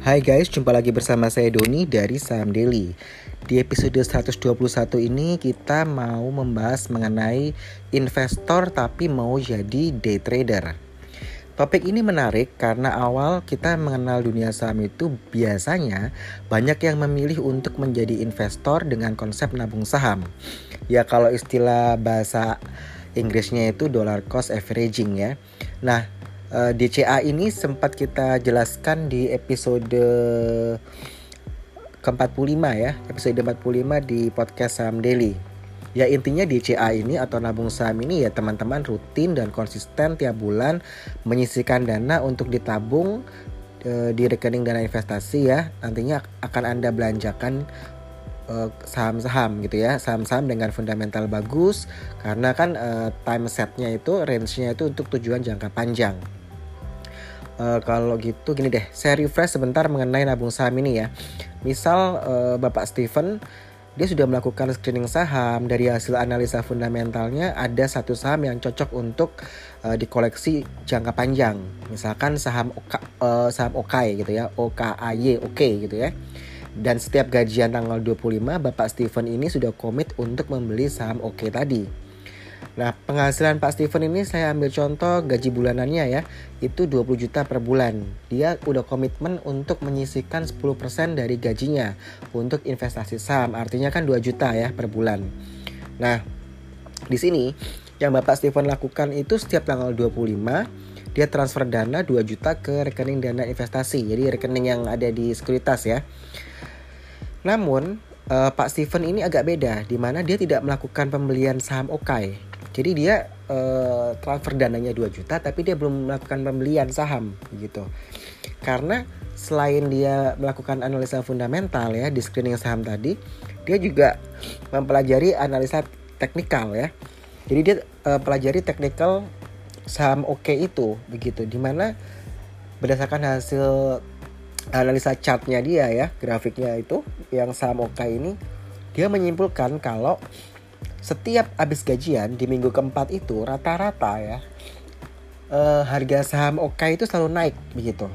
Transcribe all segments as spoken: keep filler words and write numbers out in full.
Hai guys, jumpa lagi bersama saya Doni dari Saham Daily. Di episode seratus dua puluh satu ini kita mau membahas mengenai investor tapi mau jadi day trader. Topik ini menarik karena awal kita mengenal dunia saham itu biasanya banyak yang memilih untuk menjadi investor dengan konsep nabung saham. Ya kalau istilah bahasa Inggrisnya itu dollar cost averaging ya. Nah, D C A ini sempat kita jelaskan di episode ke empat puluh lima ya, episode empat puluh lima di podcast Saham Daily. Ya intinya D C A ini atau nabung saham ini ya teman-teman rutin dan konsisten tiap bulan menyisihkan dana untuk ditabung e, di rekening dana investasi ya. Nantinya akan Anda belanjakan e, saham-saham gitu ya, saham-saham dengan fundamental bagus karena kan e, time setnya itu range-nya itu untuk tujuan jangka panjang. Uh, kalau gitu gini deh, saya refresh sebentar mengenai nabung saham ini ya. Misal uh, Bapak Steven, dia sudah melakukan screening saham. Dari hasil analisa fundamentalnya ada satu saham yang cocok untuk uh, dikoleksi jangka panjang. Misalkan saham Oka, uh, saham O K A Y gitu ya, O K A Y, oke okay, gitu ya. Dan setiap gajian tanggal dua puluh lima Bapak Steven ini sudah komit untuk membeli saham O K tadi. Nah, penghasilan Pak Steven ini saya ambil contoh gaji bulanannya ya, itu dua puluh juta per bulan. Dia udah komitmen untuk menyisihkan sepuluh persen dari gajinya untuk investasi saham. Artinya kan dua juta ya per bulan. Nah, di sini yang Bapak Steven lakukan itu setiap tanggal dua puluh lima dia transfer dana dua juta ke rekening dana investasi. Jadi rekening yang ada di sekuritas ya. Namun uh, Pak Steven ini agak beda, di mana dia tidak melakukan pembelian saham O K A Y. Jadi dia uh, transfer dananya dua juta tapi dia belum melakukan pembelian saham gitu. Karena selain dia melakukan analisa fundamental ya di screening saham tadi, dia juga mempelajari analisa teknikal ya. Jadi dia uh, pelajari teknikal saham O K itu begitu, di mana berdasarkan hasil analisa chartnya dia ya, grafiknya itu yang saham O K ini, dia menyimpulkan kalau setiap habis gajian di minggu keempat itu rata-rata ya eh, harga saham O K itu selalu naik begitu.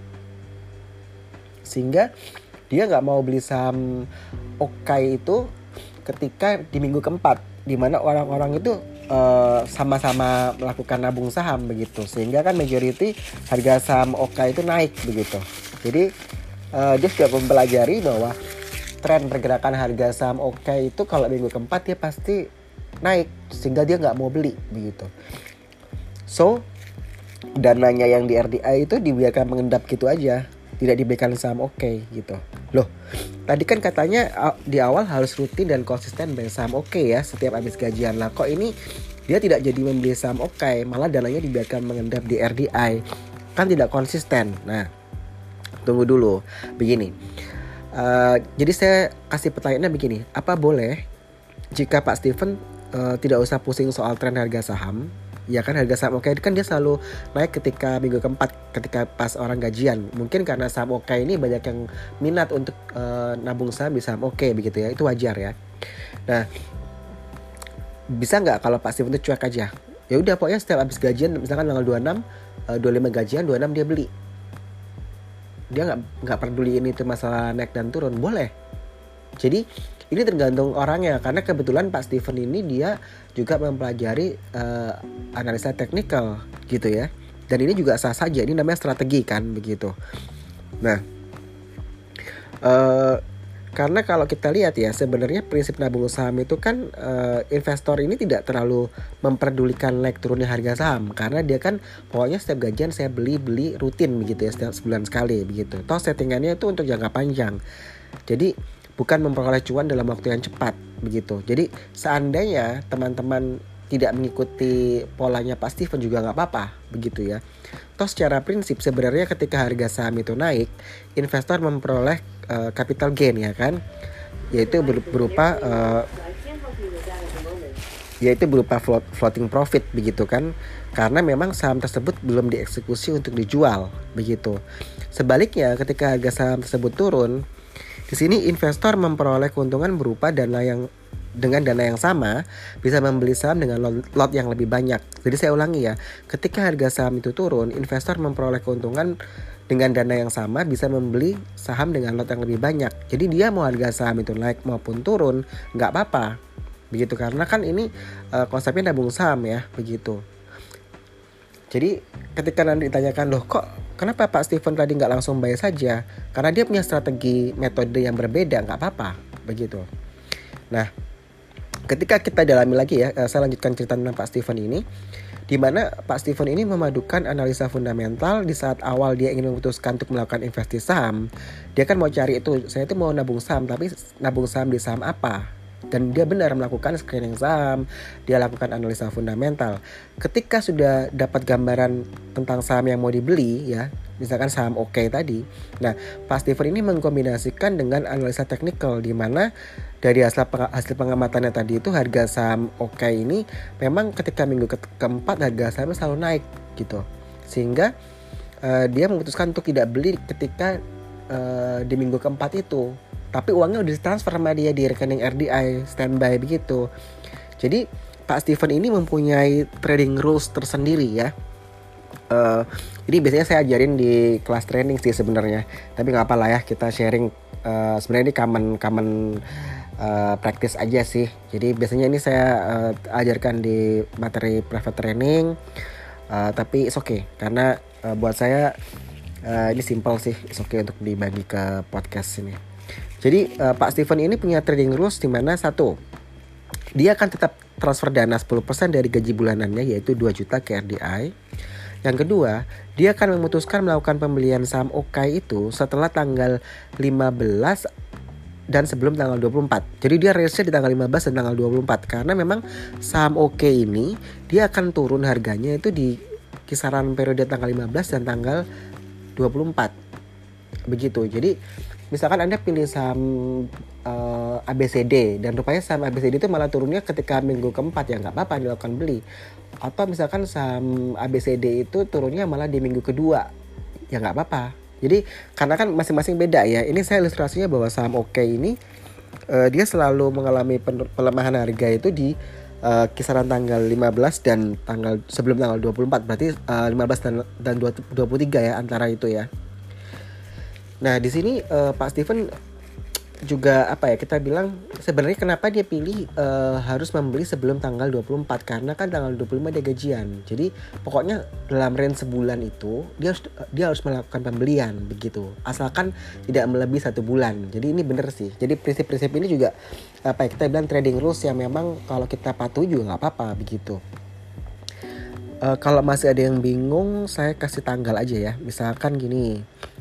Sehingga dia nggak mau beli saham O K itu ketika di minggu keempat, di mana orang-orang itu eh, sama-sama melakukan nabung saham begitu. Sehingga kan majority harga saham O K itu naik begitu. Jadi eh, dia sudah mempelajari bahwa tren pergerakan harga saham O K itu kalau minggu keempat dia pasti naik, sehingga dia nggak mau beli begitu. So dananya yang di R D I itu dibiarkan mengendap gitu aja, tidak diberikan saham O K gitu. Loh, tadi kan katanya di awal harus rutin dan konsisten beli saham O K ya setiap habis gajian. Lah kok ini dia tidak jadi membeli saham O K, malah dananya dibiarkan mengendap di R D I, kan tidak konsisten. Nah, tunggu dulu, begini. Uh, jadi saya kasih pertanyaannya begini, apa boleh jika Pak Steven uh, tidak usah pusing soal tren harga saham? Ya kan harga saham O K kan dia selalu naik ketika minggu keempat, ketika pas orang gajian. Mungkin karena saham O K ini banyak yang minat untuk uh, nabung saham di saham O K begitu ya, itu wajar ya. Nah, bisa nggak kalau Pak Steven itu cuek aja? Ya udah pokoknya setiap habis gajian, misalkan tanggal dua puluh enam, uh, dua puluh lima gajian, dua puluh enam dia beli. Dia nggak nggak peduliin itu masalah naik dan turun, boleh. Jadi ini tergantung orangnya, karena kebetulan Pak Steven ini dia juga mempelajari uh, analisa teknikal gitu ya, dan ini juga sah saja, ini namanya strategi kan begitu. Nah uh, karena kalau kita lihat ya, sebenarnya prinsip nabung saham itu kan uh, investor ini tidak terlalu memperdulikan naik turunnya harga saham, karena dia kan pokoknya setiap gajian saya beli-beli rutin begitu ya, setiap sebulan sekali begitu. Toh settingannya itu untuk jangka panjang. Jadi bukan memperoleh cuan dalam waktu yang cepat begitu. Jadi seandainya teman-teman tidak mengikuti polanya Pak Steven juga nggak apa-apa begitu ya. Toh secara prinsip sebenarnya ketika harga saham itu naik, investor memperoleh uh, capital gain ya kan, yaitu berupa uh, yaitu berupa float, floating profit begitu kan, karena memang saham tersebut belum dieksekusi untuk dijual begitu. Sebaliknya ketika harga saham tersebut turun, di sini investor memperoleh keuntungan berupa dana yang dengan dana yang sama bisa membeli saham dengan lot, lot yang lebih banyak. Jadi saya ulangi ya, ketika harga saham itu turun, investor memperoleh keuntungan dengan dana yang sama bisa membeli saham dengan lot yang lebih banyak. Jadi dia mau harga saham itu naik maupun turun nggak apa-apa, begitu, karena kan ini uh, konsepnya nabung saham ya, begitu. Jadi ketika nanti ditanyakan, loh kok kenapa Pak Steven tadi nggak langsung bayar saja? Karena dia punya strategi metode yang berbeda, nggak apa-apa, begitu. Nah, ketika kita dalami lagi ya, saya lanjutkan cerita tentang Pak Steven ini, di mana Pak Steven ini memadukan analisa fundamental. Di saat awal dia ingin memutuskan untuk melakukan investasi saham, dia kan mau cari itu, saya itu mau nabung saham, tapi nabung saham di saham apa? Dan dia benar melakukan screening saham, dia lakukan analisa fundamental. Ketika sudah dapat gambaran tentang saham yang mau dibeli ya, misalkan saham oke okay tadi. Nah, Pak Steven ini mengkombinasikan dengan analisa teknikal, di mana dari hasil, hasil pengamatannya tadi itu harga saham oke okay ini memang ketika minggu ke- keempat harga sahamnya selalu naik gitu. Sehingga uh, dia memutuskan untuk tidak beli ketika uh, di minggu keempat itu. Tapi uangnya udah ditransfer sama dia di rekening R D I standby begitu. Jadi Pak Steven ini mempunyai trading rules tersendiri ya. Uh, ini biasanya saya ajarin di kelas training sih sebenarnya. Tapi nggak apa lah ya, kita sharing. Uh, sebenarnya ini common common uh, practice aja sih. Jadi biasanya ini saya uh, ajarkan di materi private training. Uh, tapi it's okay karena uh, buat saya uh, ini simple sih. It's okay untuk dibagi ke podcast ini. Jadi uh, Pak Steven ini punya trading rules di mana satu, dia akan tetap transfer dana sepuluh persen dari gaji bulanannya yaitu dua juta ke R D I. Yang kedua, dia akan memutuskan melakukan pembelian saham Okai itu setelah tanggal lima belas dan sebelum tanggal dua puluh empat. Jadi dia rilisnya di tanggal lima belas dan tanggal dua puluh empat karena memang saham Okai ini dia akan turun harganya itu di kisaran periode tanggal lima belas dan tanggal dua puluh empat. Begitu. Jadi misalkan Anda pilih saham uh, A B C D dan rupanya saham A B C D itu malah turunnya ketika minggu keempat, ya nggak apa-apa dilakukan beli. Atau misalkan saham A B C D itu turunnya malah di minggu kedua, ya nggak apa-apa. Jadi karena kan masing-masing beda ya. Ini saya ilustrasinya bahwa saham Oke ini uh, dia selalu mengalami pelemahan harga itu di uh, kisaran tanggal lima belas dan tanggal sebelum tanggal dua puluh empat. Berarti uh, lima belas dan, dan dua puluh tiga ya, antara itu ya. Nah di sini uh, Pak Steven juga apa ya, kita bilang sebenarnya kenapa dia pilih uh, harus membeli sebelum tanggal dua puluh empat, karena kan tanggal dua puluh lima dia gajian. Jadi pokoknya dalam range sebulan itu dia harus dia harus melakukan pembelian begitu, asalkan tidak melebihi satu bulan. Jadi ini benar sih. Jadi prinsip-prinsip ini juga apa ya, kita bilang trading rules yang memang kalau kita patuhi juga nggak apa-apa begitu. Uh, kalau masih ada yang bingung, saya kasih tanggal aja ya. Misalkan gini.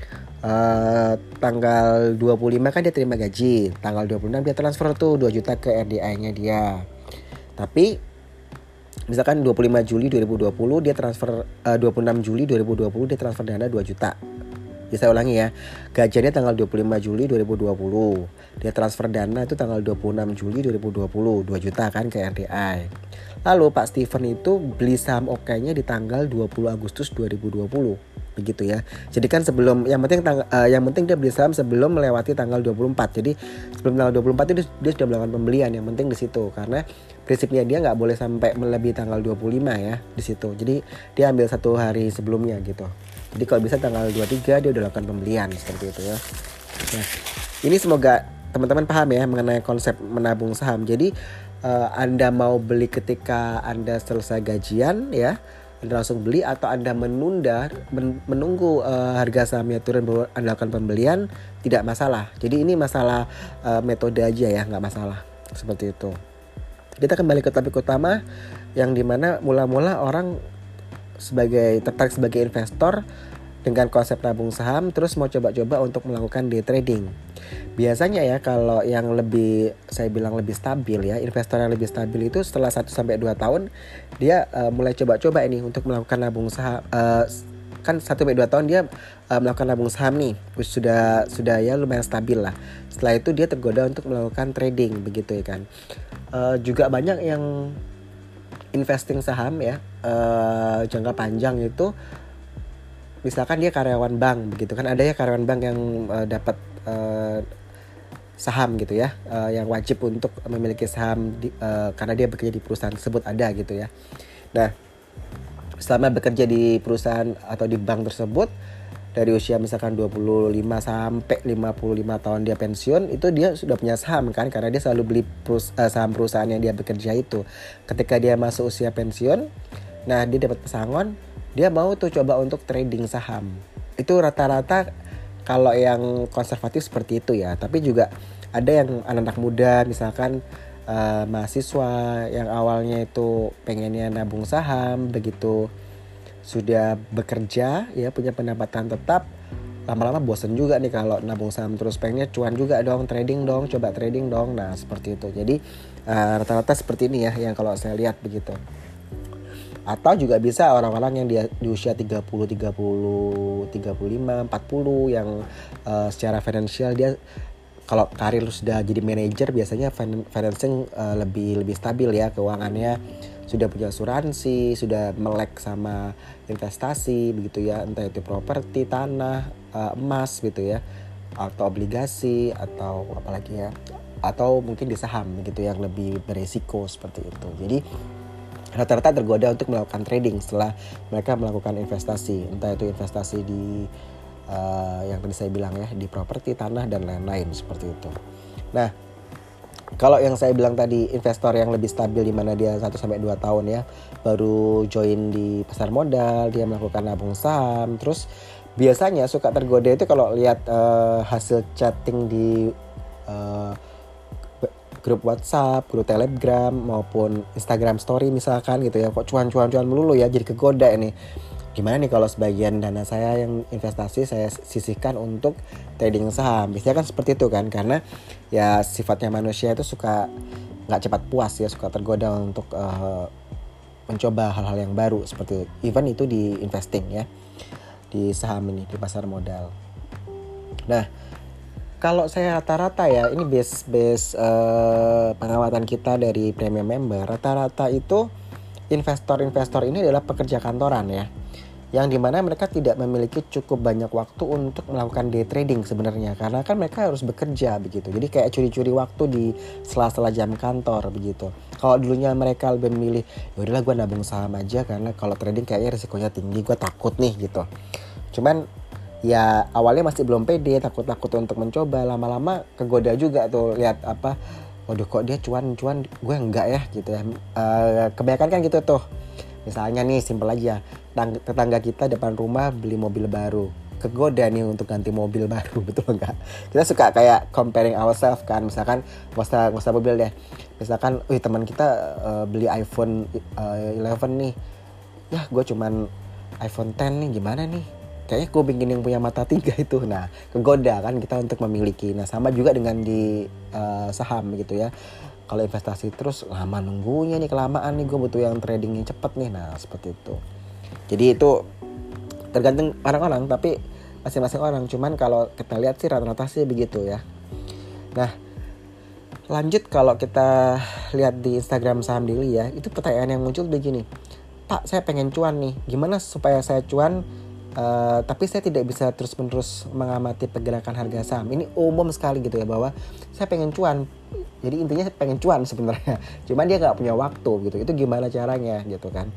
Uh, tanggal dua puluh lima kan dia terima gaji, tanggal dua puluh enam dia transfer tuh dua juta ke R D I-nya dia. Tapi misalkan dua puluh lima Juli dua ribu dua puluh dia transfer uh, dua puluh enam Juli dua ribu dua puluh dia transfer dana dua juta. Ya, saya ulangi ya. Gajiannya tanggal dua puluh lima Juli dua ribu dua puluh. Dia transfer dana itu tanggal dua puluh enam Juli dua ribu dua puluh, dua juta kan ke R D I. Lalu Pak Steven itu beli saham Oke-nya di tanggal dua puluh Agustus dua ribu dua puluh. Begitu ya. Jadi kan sebelum, yang penting tang, uh, yang penting dia beli saham sebelum melewati tanggal dua puluh empat. Jadi sebelum tanggal dua puluh empat itu dia sudah melakukan pembelian. Yang penting di situ, karena prinsipnya dia nggak boleh sampai melebihi tanggal dua puluh lima ya di situ. Jadi dia ambil satu hari sebelumnya gitu. Jadi kalau bisa tanggal dua puluh tiga dia udah lakukan pembelian seperti itu ya. Nah, ini semoga teman-teman paham ya mengenai konsep menabung saham. Jadi uh, Anda mau beli ketika Anda selesai gajian ya, Anda langsung beli, atau Anda menunda men- menunggu uh, harga sahamnya turun baru Anda lakukan pembelian, tidak masalah. Jadi ini masalah uh, metode aja ya, nggak masalah seperti itu. Kita kembali ke topik utama, yang dimana mula-mula orang sebagai tertarik sebagai investor dengan konsep nabung saham, terus mau coba-coba untuk melakukan day trading. Biasanya ya kalau yang lebih, saya bilang lebih stabil ya, investor yang lebih stabil itu setelah satu sampai dua tahun dia uh, mulai coba-coba ini untuk melakukan nabung saham. Uh, kan satu sampai dua tahun dia uh, melakukan nabung saham nih, sudah sudah ya lumayan stabil lah. Setelah itu dia tergoda untuk melakukan trading begitu ya kan. Uh, juga banyak yang investing saham ya uh, jangka panjang itu, misalkan dia karyawan bank begitu kan, ada ya karyawan bank yang uh, dapat uh, saham gitu ya, uh, yang wajib untuk memiliki saham di, uh, karena dia bekerja di perusahaan tersebut ada gitu ya. Nah, selama bekerja di perusahaan atau di bank tersebut dari usia misalkan dua puluh lima sampai lima puluh lima tahun dia pensiun, itu dia sudah punya saham kan, karena dia selalu beli perus- uh, saham perusahaan yang dia bekerja itu. Ketika dia masuk usia pensiun, nah dia dapat pesangon, dia mau tuh coba untuk trading saham. Itu rata-rata kalau yang konservatif seperti itu ya, tapi juga ada yang anak-anak muda misalkan uh, mahasiswa yang awalnya itu pengennya nabung saham, begitu sudah bekerja ya punya pendapatan tetap, lama-lama bosen juga nih kalau nabung saham terus, pengennya cuan juga dong, trading dong, coba trading dong. Nah seperti itu. Jadi uh, rata-rata seperti ini ya yang kalau saya lihat begitu. Atau juga bisa orang-orang yang di, di usia tiga puluh, tiga puluh, tiga puluh lima, empat puluh yang uh, secara finansial dia kalau karir sudah jadi manajer biasanya financing uh, lebih lebih stabil ya keuangannya, sudah punya asuransi, sudah melek sama investasi begitu ya, entah itu properti, tanah, uh, emas gitu ya, atau obligasi atau apalagi ya, atau mungkin di saham gitu yang lebih beresiko seperti itu. Jadi rata-rata tergoda untuk melakukan trading setelah mereka melakukan investasi, entah itu investasi di uh, yang tadi saya bilang ya, di properti, tanah dan lain-lain seperti itu. Nah, kalau yang saya bilang tadi investor yang lebih stabil di mana dia satu sampai dua tahun ya, baru join di pasar modal, dia melakukan nabung saham, terus biasanya suka tergoda itu kalau lihat uh, hasil chatting di uh, grup WhatsApp, grup Telegram maupun Instagram Story misalkan gitu ya, kok cuan-cuan-cuan melulu ya, jadi kegoda ini. Gimana nih kalau sebagian dana saya yang investasi saya sisihkan untuk trading saham? Biasanya kan seperti itu kan, karena ya sifatnya manusia itu suka nggak cepat puas ya, suka tergoda untuk uh, mencoba hal-hal yang baru seperti even itu di investing ya, di saham ini, di pasar modal. Nah, kalau saya rata-rata ya, ini base base uh, pengamatan kita dari premium member, rata-rata itu investor-investor ini adalah pekerja kantoran ya, yang dimana mereka tidak memiliki cukup banyak waktu untuk melakukan day trading sebenarnya, karena kan mereka harus bekerja begitu. Jadi kayak curi-curi waktu di sela-sela jam kantor begitu. Kalau dulunya mereka lebih memilih, ya udahlah gue nabung saham aja karena kalau trading kayaknya risikonya tinggi, gue takut nih gitu. Cuman ya awalnya masih belum pede, takut-takut untuk mencoba, lama-lama kegoda juga tuh lihat apa, waduh kok dia cuan-cuan, gue enggak ya gitu ya. Uh, kebanyakan kan gitu tuh. Misalnya nih simpel aja, tetangga kita depan rumah beli mobil baru, kegoda nih untuk ganti mobil baru, betul enggak? Kita suka kayak comparing ourselves kan, misalkan nggak usah nggak usah mobil deh, misalkan, wih teman kita uh, beli iPhone uh, eleven nih, ya gue cuman iPhone ten nih, gimana nih? Kayaknya gue pengen yang punya mata tiga itu. Nah kegoda kan kita untuk memiliki. Nah sama juga dengan di uh, saham gitu ya. Kalau investasi terus lama nunggunya nih, kelamaan nih, gue butuh yang tradingnya cepet nih. Nah seperti itu. Jadi itu tergantung orang-orang, tapi masing-masing orang. Cuman kalau kita lihat sih rata-rata sih begitu ya. Nah lanjut, kalau kita lihat di Instagram Saham Daily ya, itu pertanyaan yang muncul begini, Pak saya pengen cuan nih, gimana supaya saya cuan Uh, tapi saya tidak bisa terus-menerus mengamati pergerakan harga saham. Ini umum sekali gitu ya, bahwa saya pengen cuan. Jadi intinya saya pengen cuan sebenarnya. Cuman dia nggak punya waktu gitu. Itu gimana caranya gitu kan?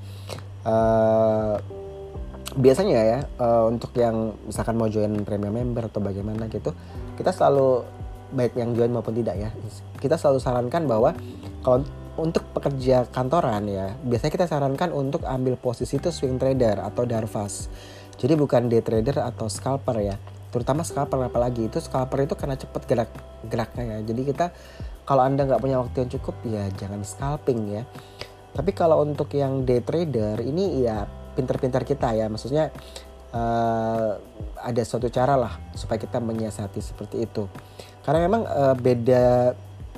Uh, biasanya ya uh, untuk yang misalkan mau join premium member atau bagaimana gitu, kita selalu, baik yang join maupun tidak ya, kita selalu sarankan bahwa kalau untuk pekerja kantoran ya, biasanya kita sarankan untuk ambil posisi itu swing trader atau darvas. Jadi bukan day trader atau scalper ya. Terutama scalper, apalagi itu scalper itu karena cepat gerak geraknya ya. Jadi kita, kalau Anda nggak punya waktu yang cukup ya jangan scalping ya. Tapi kalau untuk yang day trader ini ya pintar-pintar kita ya. Maksudnya uh, ada suatu cara lah supaya kita menyiasati seperti itu. Karena memang uh, beda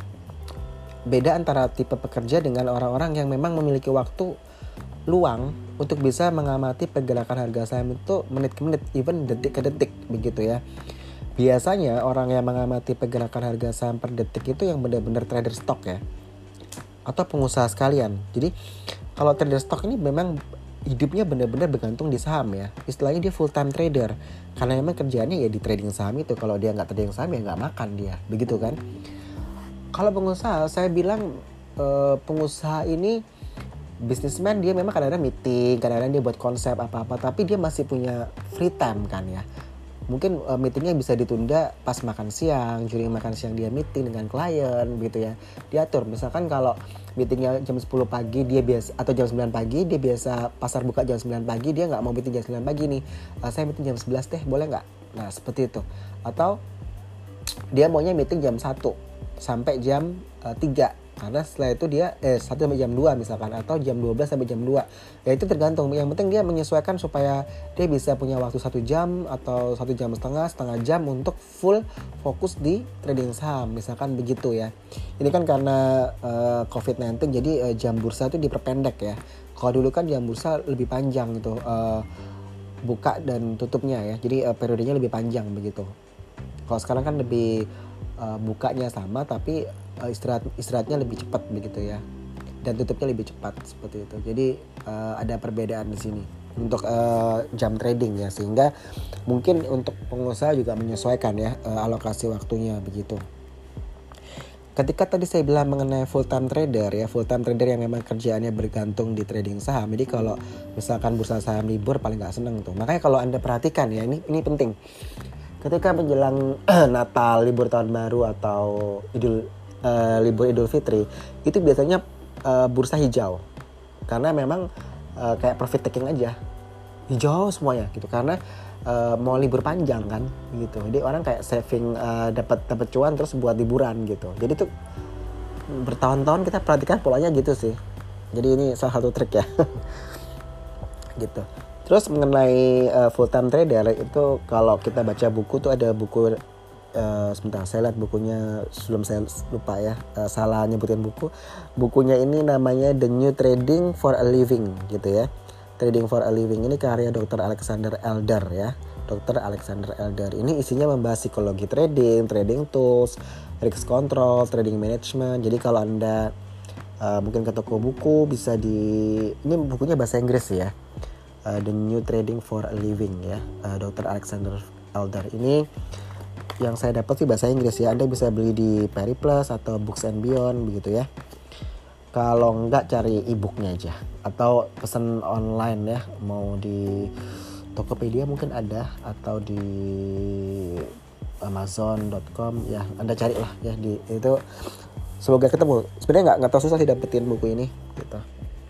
beda antara tipe pekerja dengan orang-orang yang memang memiliki waktu luang untuk bisa mengamati pergerakan harga saham itu menit ke menit, even detik ke detik begitu ya. Biasanya orang yang mengamati pergerakan harga saham per detik itu yang benar-benar trader stock ya, atau pengusaha sekalian. Jadi kalau trader stock ini memang hidupnya benar-benar bergantung di saham ya. Istilahnya dia full time trader. Karena memang kerjaannya ya di trading saham itu. Kalau dia nggak trading saham ya nggak makan dia. Begitu kan. Kalau pengusaha, saya bilang uh, pengusaha ini businessman, dia memang kadang-kadang meeting, kadang-kadang dia buat konsep apa-apa, tapi dia masih punya free time kan ya. Mungkin uh, meetingnya bisa ditunda pas makan siang, during makan siang dia meeting dengan klien gitu ya. Diatur, misalkan kalau meetingnya jam sepuluh pagi dia biasa, atau jam sembilan pagi dia biasa pasar buka jam sembilan pagi, dia nggak mau meeting jam sembilan pagi nih. Uh, saya meeting jam sebelas deh, boleh nggak? Nah seperti itu. Atau dia maunya meeting jam satu sampai jam uh, tiga. Karena setelah itu dia eh satu sampai jam dua misalkan, atau jam dua belas sampai jam dua. Ya itu tergantung. Yang penting dia menyesuaikan supaya dia bisa punya waktu satu jam atau satu jam setengah, setengah jam untuk full fokus di trading saham. Misalkan begitu ya. Ini kan karena uh, covid sembilan belas jadi uh, jam bursa itu diperpendek ya. Kalau dulu kan jam bursa lebih panjang gitu. Uh, buka dan tutupnya ya. Jadi uh, periodenya lebih panjang begitu. Kalau sekarang kan lebih uh, bukanya sama tapi uh, istirahat istirahatnya lebih cepat begitu ya, dan tutupnya lebih cepat seperti itu. Jadi uh, ada perbedaan di sini untuk uh, jam trading ya, sehingga mungkin untuk pengusaha juga menyesuaikan ya uh, alokasi waktunya begitu. Ketika tadi saya bilang mengenai full time trader ya, full time trader yang memang kerjaannya bergantung di trading saham. Jadi kalau misalkan bursa saham libur paling nggak seneng tuh. Makanya kalau Anda perhatikan ya, ini ini penting. Ketika menjelang Natal, libur tahun baru atau Idul uh, libur Idul Fitri, itu biasanya uh, bursa hijau. Karena memang uh, kayak profit taking aja. Hijau semuanya gitu, karena uh, mau libur panjang kan gitu. Jadi orang kayak saving uh, dapat dapat cuan terus buat liburan gitu. Jadi tuh bertahun-tahun kita perhatikan polanya gitu sih. Jadi ini salah satu trik ya. Gitu. Terus mengenai uh, full time trader itu, kalau kita baca buku tuh ada buku uh, sebentar saya lihat bukunya sebelum saya lupa ya, uh, salah nyebutin buku. Bukunya ini namanya The New Trading for a Living gitu ya. Trading for a Living ini karya dokter Alexander Elder ya. dokter Alexander Elder ini isinya membahas psikologi trading, trading tools, risk control, trading management. Jadi kalau Anda uh, mungkin ke toko buku bisa di, ini bukunya bahasa Inggris ya. Uh, The New Trading for a Living ya, uh, dokter Alexander Elder ini yang saya dapat sih bahasa Inggris ya. Anda bisa beli di Periplus atau Books and Beyond begitu ya. Kalau enggak cari e-booknya aja atau pesan online ya, mau di Tokopedia mungkin ada, atau di amazon dot com ya, Anda cari lah ya di itu. Semoga ketemu. Sebenarnya nggak nggak tahu susah sih dapetin buku ini gitu.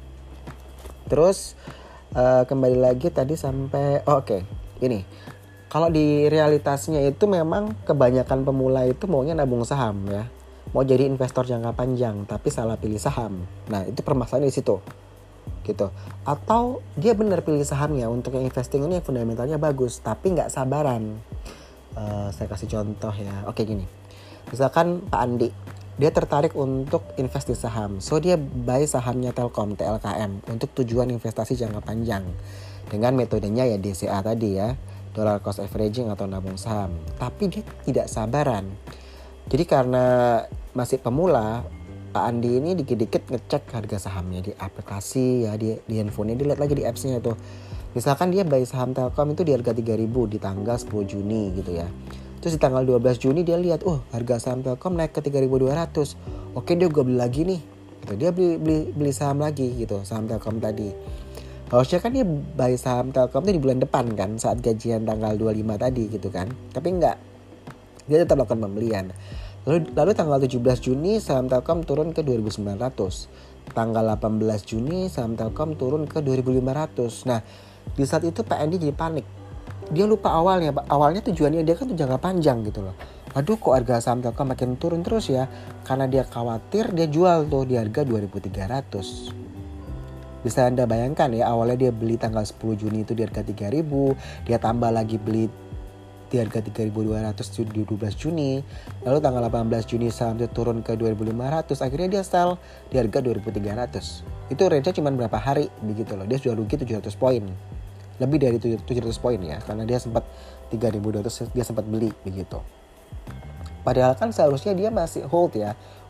Terus Uh, kembali lagi tadi sampai oh, oke okay. Ini kalau di realitasnya itu memang kebanyakan pemula itu maunya nabung saham ya, mau jadi investor jangka panjang tapi salah pilih saham. Nah itu permasalahan di situ gitu. Atau dia benar pilih sahamnya untuk yang investing ini yang fundamentalnya bagus tapi nggak sabaran. uh, saya kasih contoh ya. Oke gini, misalkan Pak Andi dia tertarik untuk invest di saham. So dia buy sahamnya Telkom, T L K M untuk tujuan investasi jangka panjang. Dengan metodenya ya D C A tadi ya, dollar cost averaging atau nabung saham. Tapi dia tidak sabaran. Jadi karena masih pemula, Pak Andi ini dikit-dikit ngecek harga sahamnya di aplikasi ya, di, di handphonenya, dilihat lagi di apps-nya itu. Misalkan dia buy saham Telkom itu di harga tiga ribu di tanggal sepuluh Juni gitu ya. Terus di tanggal dua belas Juni dia lihat, oh harga saham Telkom naik ke tiga ribu dua ratus. Oke, dia gue beli lagi nih. Gitu. Dia beli, beli beli saham lagi gitu, saham Telkom tadi. Harusnya kan dia buy saham Telkom itu di bulan depan kan, saat gajian tanggal dua puluh lima tadi gitu kan. Tapi enggak. Dia tetap melakukan pembelian. Lalu, lalu tanggal tujuh belas Juni saham Telkom turun ke dua ribu sembilan ratus. Tanggal delapan belas Juni saham Telkom turun ke dua ribu lima ratus. Nah, di saat itu Pak Andi jadi panik. Dia lupa awalnya, awalnya tujuannya dia kan tuh jangka panjang gitu loh. Aduh kok harga saham Telkom makin turun terus ya. Karena dia khawatir, dia jual tuh di harga dua ribu tiga ratus. Bisa Anda bayangkan ya, awalnya dia beli tanggal sepuluh Juni itu di harga tiga ribu. Dia tambah lagi beli di harga tiga ribu dua ratus di dua belas Juni. Lalu tanggal delapan belas Juni saham itu turun ke dua ribu lima ratus. Akhirnya dia sell di harga dua ribu tiga ratus. Itu range-nya cuma berapa hari begitu loh. Dia sudah rugi tujuh ratus poin. Lebih dari tujuh ratus poin ya, karena dia sempat tiga ribu dua ratus dia sempat beli begitu. Padahal kan seharusnya dia masih hold ya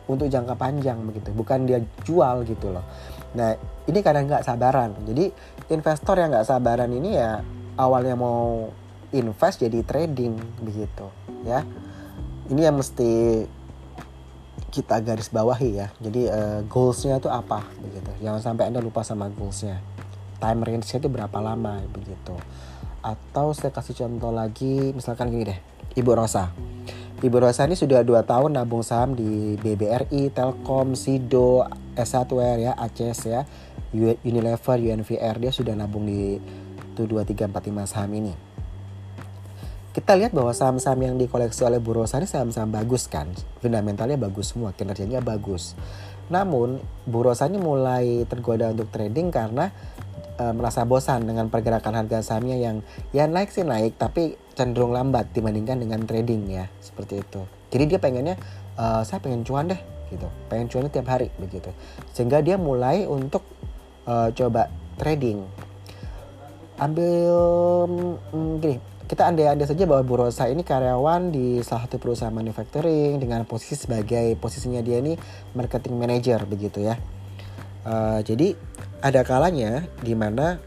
untuk jangka panjang begitu, bukan dia jual gitu loh. Nah ini kadang nggak sabaran. Jadi investor yang nggak sabaran ini ya awalnya mau invest jadi trading begitu ya. Ini yang mesti kita garis bawahi ya. Jadi uh, goalsnya itu apa begitu. Jangan sampai Anda lupa sama goalsnya. Time range-nya itu berapa lama begitu. Atau saya kasih contoh lagi, misalkan gini deh, Ibu Rosa. Ibu Rosa ini sudah dua tahun nabung saham di B B R I, Telkom, Sido, S satu R ya, A C S ya, Unilever, U N V R. Dia sudah nabung di satu, dua, tiga, empat, lima saham ini. Kita lihat bahwa saham-saham yang dikoleksi oleh Bu Rosa ini saham-saham bagus kan. Fundamentalnya bagus semua, kinerjanya bagus. Namun Bu Rosa ini mulai tergoda untuk trading karena e, merasa bosan dengan pergerakan harga sahamnya yang ya naik sih naik tapi cenderung lambat dibandingkan dengan trading ya, seperti itu. Jadi dia pengennya e, saya pengen cuan deh gitu. Pengen cuannya tiap hari begitu. Sehingga dia mulai untuk e, coba trading. Ambil mm, gini, kita andai-andai saja bahwa Bu Rosa ini karyawan di salah satu perusahaan manufacturing dengan posisi sebagai posisinya dia ini marketing manager begitu ya. Uh, jadi ada kalanya di mana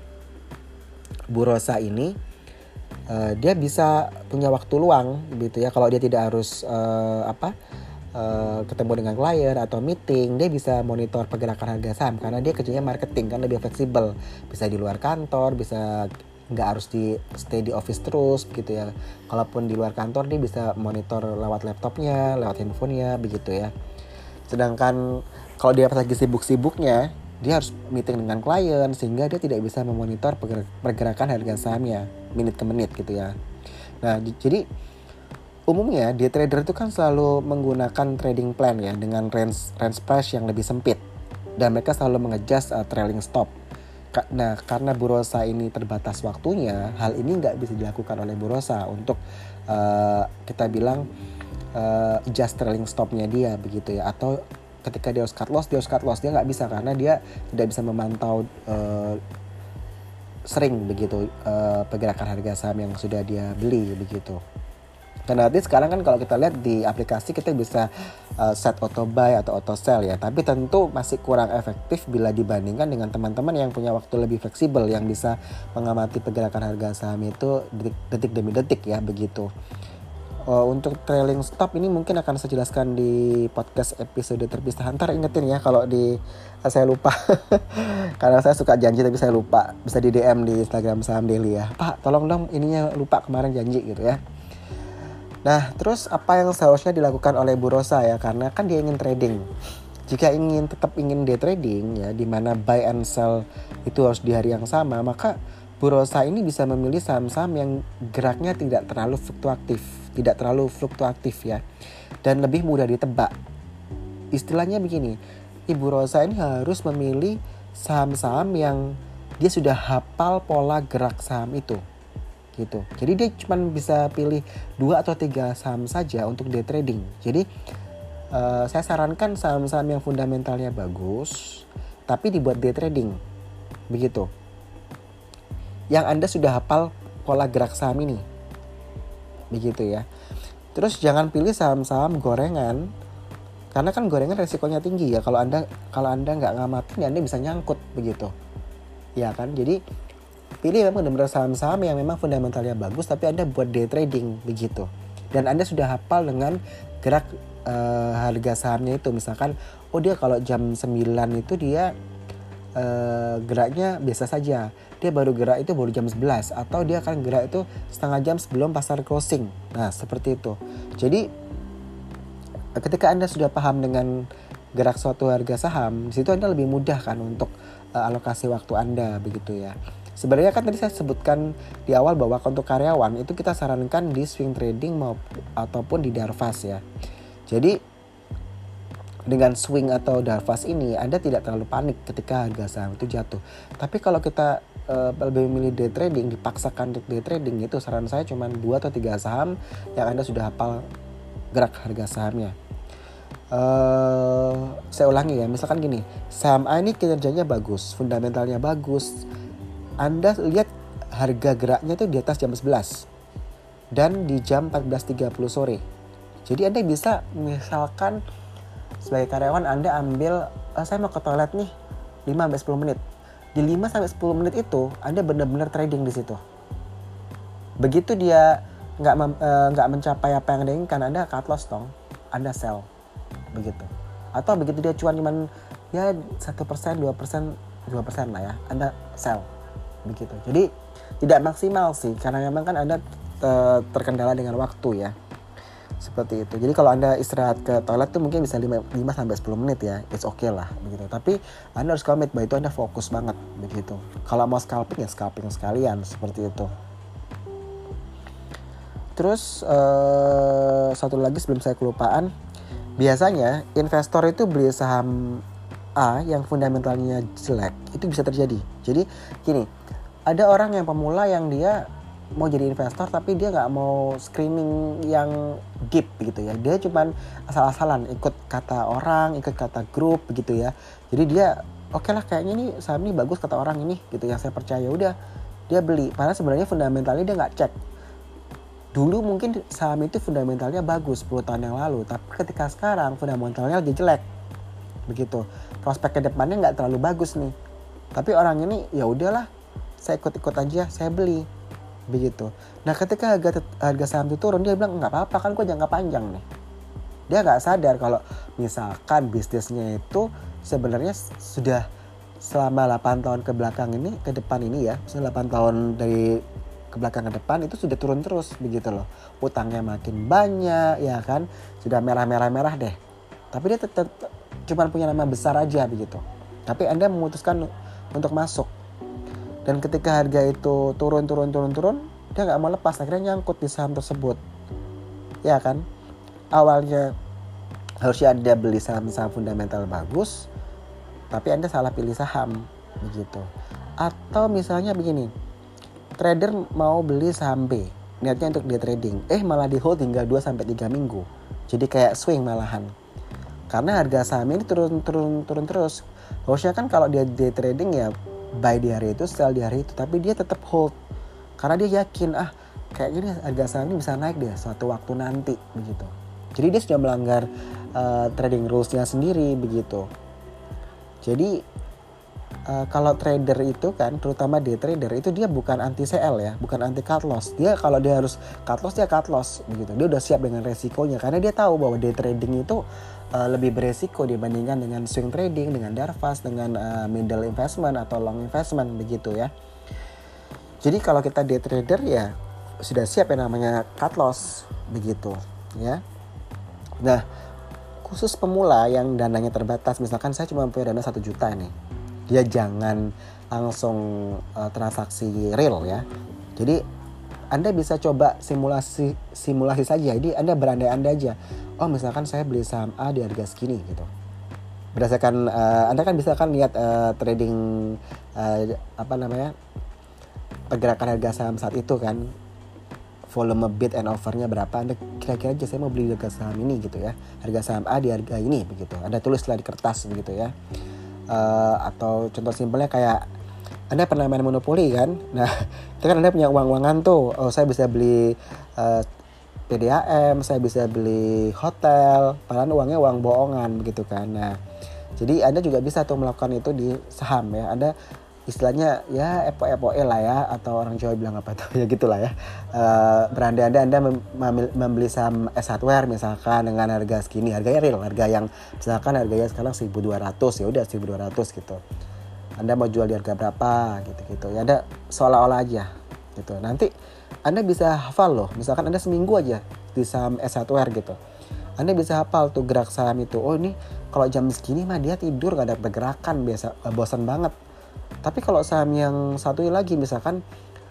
Bu Rosa ini uh, dia bisa punya waktu luang gitu ya. Kalau dia tidak harus uh, apa uh, ketemu dengan klien atau meeting, dia bisa monitor pergerakan harga saham karena dia kerjanya marketing kan, lebih fleksibel. Bisa di luar kantor, bisa nggak harus di stay di office terus begitu ya. Kalaupun di luar kantor dia bisa monitor lewat laptopnya, lewat handphonenya begitu ya. Sedangkan kalau dia pas lagi sibuk-sibuknya dia harus meeting dengan klien sehingga dia tidak bisa memonitor pergerakan harga sahamnya menit ke menit gitu ya. Nah jadi umumnya day trader itu kan selalu menggunakan trading plan ya dengan range range price yang lebih sempit dan mereka selalu mengejas uh, trailing stop. Nah karena Bu Rosa ini terbatas waktunya, hal ini nggak bisa dilakukan oleh Bu Rosa untuk uh, kita bilang uh, adjust trailing stopnya dia begitu ya. Atau ketika dia harus cut loss, dia harus cut loss. Dia nggak bisa karena dia tidak bisa memantau uh, sering begitu uh, pergerakan harga saham yang sudah dia beli begitu. Karena nanti sekarang kan kalau kita lihat di aplikasi kita bisa uh, set auto buy atau auto sell ya. Tapi tentu masih kurang efektif bila dibandingkan dengan teman-teman yang punya waktu lebih fleksibel yang bisa mengamati pergerakan harga saham itu detik, detik demi detik ya begitu. Uh, untuk trailing stop ini mungkin akan saya jelaskan di podcast episode terpisah. Ntar ingetin ya kalau di uh, saya lupa. Karena saya suka janji tapi saya lupa. Bisa di D M di Instagram Saham Daily ya. Pak tolong dong ininya lupa kemarin janji gitu ya. Nah, terus apa yang seharusnya dilakukan oleh Bu Rosa ya? Karena kan dia ingin trading. Jika ingin tetap ingin day trading ya, di mana buy and sell itu harus di hari yang sama, maka Bu Rosa ini bisa memilih saham-saham yang geraknya tidak terlalu fluktuatif, tidak terlalu fluktuatif ya, dan lebih mudah ditebak. Istilahnya begini, Ibu Rosa ini harus memilih saham-saham yang dia sudah hafal pola gerak saham itu. Gitu. Jadi dia cuma bisa pilih dua atau tiga saham saja untuk day trading. Jadi uh, saya sarankan saham-saham yang fundamentalnya bagus tapi dibuat day trading. Begitu. Yang Anda sudah hafal pola gerak saham ini. Begitu ya. Terus jangan pilih saham-saham gorengan karena kan gorengan resikonya tinggi ya. Kalau Anda kalau Anda nggak ngamatin ya Anda bisa nyangkut begitu. Ya kan? Jadi pilih memang benar-benar saham-saham yang memang fundamentalnya bagus tapi Anda buat day trading begitu. Dan Anda sudah hafal dengan gerak uh, harga sahamnya itu. Misalkan oh dia kalau jam sembilan itu dia uh, geraknya biasa saja. Dia baru gerak itu baru jam sebelas atau dia akan gerak itu setengah jam sebelum pasar closing. Nah, seperti itu. Jadi ketika Anda sudah paham dengan gerak suatu harga saham, di situ Anda lebih mudah kan untuk uh, alokasi waktu Anda begitu ya. Sebenarnya kan tadi saya sebutkan di awal bahwa untuk karyawan itu kita sarankan di swing trading maupun ataupun di Darvas ya. Jadi dengan swing atau Darvas ini Anda tidak terlalu panik ketika harga saham itu jatuh. Tapi kalau kita uh, lebih memilih day trading, dipaksakan untuk day trading, itu saran saya cuma dua atau tiga saham yang Anda sudah hafal gerak harga sahamnya. Uh, saya ulangi ya, misalkan gini, saham A ini kinerjanya bagus, fundamentalnya bagus. Anda lihat harga geraknya itu di atas jam sebelas dan di jam empat belas tiga puluh sore. Jadi Anda bisa misalkan sebagai karyawan Anda ambil, uh, saya mau ke toilet nih lima sampai sepuluh menit. Di lima sampai sepuluh menit itu Anda benar-benar trading di situ. Begitu dia nggak mem, uh, nggak mencapai apa yang Anda inginkan, Anda cut loss dong, Anda sell, begitu. Atau begitu dia cuan cuman ya satu persen, dua persen, dua persen lah ya, Anda sell, begitu. Jadi tidak maksimal sih, karena memang kan Anda uh, terkendala dengan waktu ya. Seperti itu. Jadi kalau Anda istirahat ke toilet tuh mungkin bisa lima sampai sepuluh menit ya. It's okay lah begitu. Tapi Anda harus commit bahwa itu Anda fokus banget begitu. Kalau mau scalping ya scalping sekalian seperti itu. Terus uh, satu lagi sebelum saya kelupaan. Biasanya investor itu beli saham A yang fundamentalnya jelek. Itu bisa terjadi. Jadi gini, ada orang yang pemula yang dia mau jadi investor tapi dia nggak mau screening yang deep gitu ya, dia cuman asal-asalan ikut kata orang, ikut kata grup begitu ya. Jadi dia oke okay lah kayaknya ini saham ini bagus kata orang ini gitu yang saya percaya, udah dia beli. Padahal sebenarnya fundamentalnya dia nggak cek. Dulu mungkin saham itu fundamentalnya bagus sepuluh tahun yang lalu, tapi ketika sekarang fundamentalnya lagi jelek begitu, prospek ke depannya nggak terlalu bagus nih. Tapi orang ini ya udahlah, saya ikut-ikut aja, saya beli. Begitu. Nah ketika harga, harga saham itu turun, dia bilang nggak apa-apa kan gue jangka panjang nih. Dia nggak sadar kalau misalkan bisnisnya itu sebenarnya sudah selama delapan tahun ke belakang ini, ke depan ini ya, delapan tahun dari ke belakang ke depan itu sudah turun terus begitu loh. Utangnya makin banyak ya kan, sudah merah-merah-merah deh. Tapi dia tetap cuma punya nama besar aja begitu. Tapi Anda memutuskan untuk masuk. Dan ketika harga itu turun, turun, turun, turun, dia nggak mau lepas, akhirnya nyangkut di saham tersebut, ya kan? Awalnya harusnya Anda beli saham-saham fundamental bagus, tapi Anda salah pilih saham, begitu. Atau misalnya begini, trader mau beli saham B, niatnya untuk day trading, eh malah di hold hingga dua sampai tiga minggu, jadi kayak swing malahan. Karena harga saham ini turun, turun, turun terus. Harusnya kan kalau dia day trading ya buy di hari itu, sell di hari itu, tapi dia tetap hold karena dia yakin ah kayak gini harga saham ini bisa naik deh suatu waktu nanti begitu. Jadi dia sudah melanggar uh, trading rules-nya sendiri begitu. Jadi uh, kalau trader itu kan, terutama day trader itu dia bukan anti sell ya, bukan anti cut loss. Dia kalau dia harus cut loss dia cut loss begitu. Dia udah siap dengan resikonya karena dia tahu bahwa day trading itu Uh, lebih beresiko dibandingkan dengan swing trading, dengan darvas, dengan uh, middle investment atau long investment begitu ya. Jadi kalau kita day trader ya sudah siap yang namanya cut loss begitu ya. Nah khusus pemula yang dananya terbatas, misalkan saya cuma punya dana satu juta nih, dia jangan langsung uh, transaksi real ya. Jadi Anda bisa coba simulasi simulasi saja. Jadi Anda berandai-andai aja. Oh misalkan saya beli saham A di harga segini gitu. Berdasarkan uh, Anda kan bisa kan lihat uh, trading uh, apa namanya pergerakan harga saham saat itu kan, volume bid and offernya berapa. Anda kira-kira aja saya mau beli harga saham ini gitu ya. Harga saham A di harga ini begitu. Anda tulislah di kertas begitu ya. Uh, atau contoh simpelnya kayak Anda pernah main monopoli kan? Nah, itu kan Anda punya uang-uangan tuh. Oh, saya bisa beli uh, P D A M, saya bisa beli hotel, padahal uangnya uang bohongan begitu kan. Nah, jadi Anda juga bisa tuh melakukan itu di saham ya. Anda istilahnya ya epo-epo lah ya, atau orang Jawa bilang apa tuh ya gitulah ya. Uh, berandai-andai Anda mem- membeli saham S Hardware misalkan dengan harga segini, harganya real, harga yang misalkan harganya sekarang seribu dua ratus, ya udah seribu dua ratus gitu. Anda mau jual di harga berapa gitu-gitu ya, Anda seolah-olah aja gitu. Nanti Anda bisa hafal loh, misalkan Anda seminggu aja di saham S Hardware gitu, Anda bisa hafal tuh gerak saham itu. Oh ini kalau jam segini mah dia tidur gak ada pergerakan, biasa bosan banget. Tapi kalau saham yang satu lagi misalkan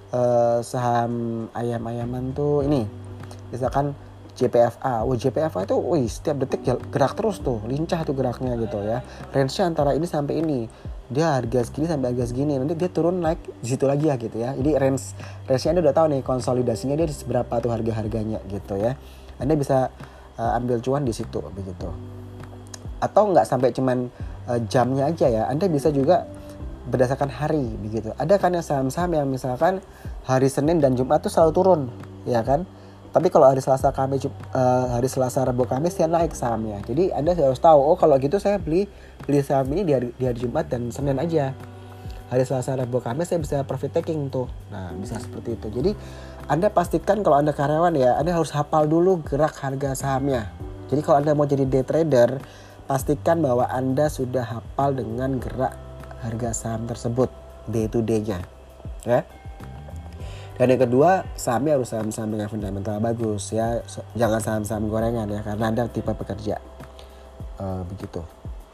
uh, saham ayam-ayaman tuh ini, misalkan J P F A. Oh J P F A itu wih, setiap detik gerak terus tuh, lincah tuh geraknya gitu ya. Range-nya antara ini sampai ini. Dia harga segini sampai harga segini. Nanti dia turun naik di situ lagi ya gitu ya. Jadi range range-nya Anda udah tahu nih konsolidasinya dia di seberapa tuh harga-harganya gitu ya. Anda bisa uh, ambil cuan di situ begitu. Atau enggak sampai cuman uh, jamnya aja ya. Anda bisa juga berdasarkan hari begitu. Ada kan ya saham-saham yang misalkan hari Senin dan Jumat tuh selalu turun, ya kan? Tapi kalau hari Selasa Kamis uh, hari Selasa Rabu Kamis ya naik sahamnya. Jadi Anda harus tahu, oh kalau gitu saya beli beli saham ini di hari, di hari Jumat dan Senin aja. Hari Selasa Rabu Kamis saya bisa profit taking tuh. Nah, bisa seperti itu. Jadi Anda pastikan kalau Anda karyawan ya, Anda harus hafal dulu gerak harga sahamnya. Jadi kalau Anda mau jadi day trader, pastikan bahwa Anda sudah hafal dengan gerak harga saham tersebut day to day-nya. Ya. Dan yang kedua, sahamnya harus saham-saham dengan fundamental bagus ya. Jangan saham-saham gorengan ya, karena Anda tipe pekerja. Uh, begitu.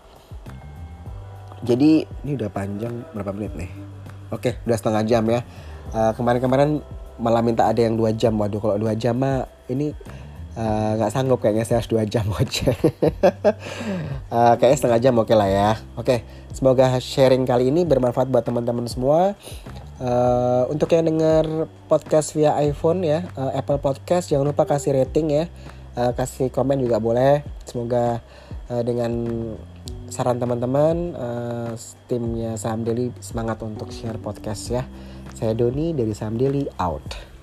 Jadi ini udah panjang berapa menit nih? Oke, udah setengah jam ya. Uh, kemarin-kemarin malah minta ada yang dua jam. Waduh, kalau dua jam mah ini nggak uh, sanggup kayaknya, saya harus dua jam aja. uh, kayaknya setengah jam oke lah ya. Oke, semoga sharing kali ini bermanfaat buat teman-teman semua. Uh, untuk yang dengar podcast via iPhone ya, uh, Apple Podcast, jangan lupa kasih rating ya, uh, kasih komen juga boleh. Semoga uh, dengan saran teman-teman, uh, timnya Saham Daily semangat untuk share podcast ya. Saya Doni dari Saham Daily, out.